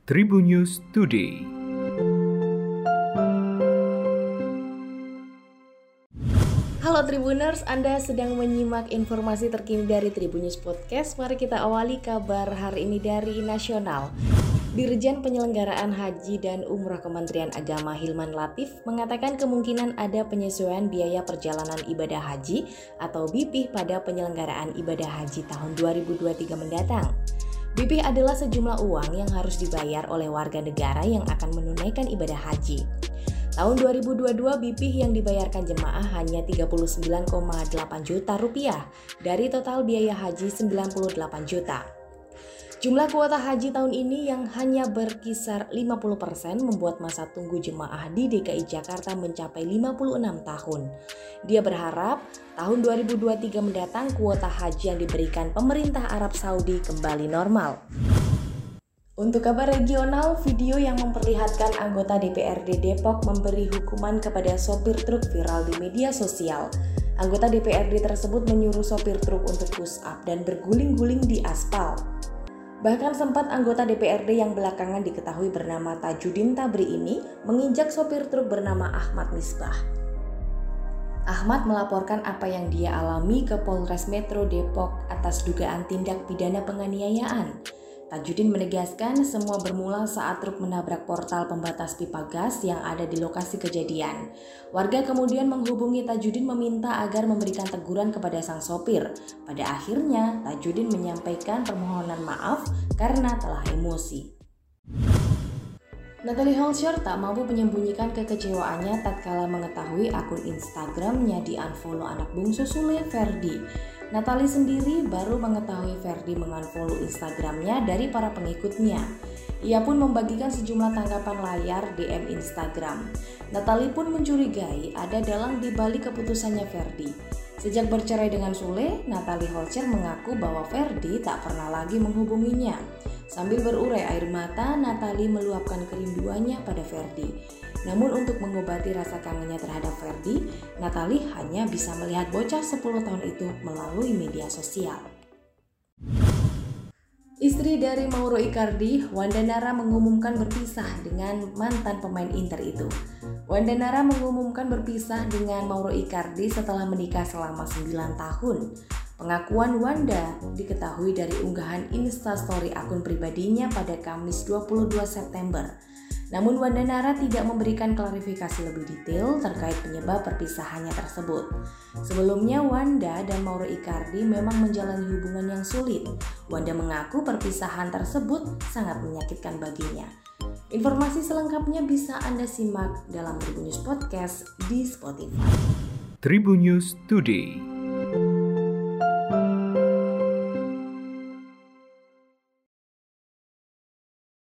Tribun News Today. Halo Tribuners, Anda sedang menyimak informasi terkini dari Tribun News Podcast. Mari kita awali kabar hari ini dari nasional. Dirjen Penyelenggaraan Haji dan Umroh Kementerian Agama Hilman Latif mengatakan kemungkinan ada penyesuaian biaya perjalanan ibadah haji atau BIPIH pada penyelenggaraan ibadah haji tahun 2023 mendatang. BIPIH adalah sejumlah uang yang harus dibayar oleh warga negara yang akan menunaikan ibadah haji. Tahun 2022 BIPIH yang dibayarkan jemaah hanya 39,8 juta rupiah dari total biaya haji 98 juta. Jumlah kuota haji tahun ini yang hanya berkisar 50% membuat masa tunggu jemaah di DKI Jakarta mencapai 56 tahun. Dia berharap tahun 2023 mendatang kuota haji yang diberikan pemerintah Arab Saudi kembali normal. Untuk kabar regional, video yang memperlihatkan anggota DPRD Depok memberi hukuman kepada sopir truk viral di media sosial. Anggota DPRD tersebut menyuruh sopir truk untuk push up dan berguling-guling di aspal. Bahkan sempat anggota DPRD yang belakangan diketahui bernama Tajudin Tabri ini menginjak sopir truk bernama Ahmad Misbah. Ahmad melaporkan apa yang dia alami ke Polres Metro Depok atas dugaan tindak pidana penganiayaan. Tajudin menegaskan semua bermula saat truk menabrak portal pembatas pipa gas yang ada di lokasi kejadian. Warga kemudian menghubungi Tajudin meminta agar memberikan teguran kepada sang sopir. Pada akhirnya, Tajudin menyampaikan permohonan maaf karena telah emosi. Natalie Holscher tak mampu menyembunyikan kekecewaannya tatkala mengetahui akun Instagramnya di-unfollow anak bungsu Sule, Ferdi. Natalie sendiri baru mengetahui Ferdi mengunfollow Instagramnya dari para pengikutnya. Ia pun membagikan sejumlah tanggapan layar DM Instagram. Natalie pun mencurigai ada dalang di balik keputusannya Ferdi. Sejak bercerai dengan Sule, Natalie Holscher mengaku bahwa Ferdi tak pernah lagi menghubunginya. Sambil berurai air mata, Natalie meluapkan kerinduannya pada Ferdi. Namun untuk mengobati rasa kangennya terhadap Ferdi, Natalie hanya bisa melihat bocah 10 tahun itu melalui media sosial. Istri dari Mauro Icardi, Wanda Nara mengumumkan berpisah dengan mantan pemain Inter itu. Wanda Nara mengumumkan berpisah dengan Mauro Icardi setelah menikah selama 9 tahun. Pengakuan Wanda diketahui dari unggahan Instastory akun pribadinya pada Kamis 22 September. Namun Wanda Nara tidak memberikan klarifikasi lebih detail terkait penyebab perpisahannya tersebut. Sebelumnya Wanda dan Mauro Icardi memang menjalani hubungan yang sulit. Wanda mengaku perpisahan tersebut sangat menyakitkan baginya. Informasi selengkapnya bisa Anda simak dalam Tribun News Podcast di Spotify. Tribun News Today.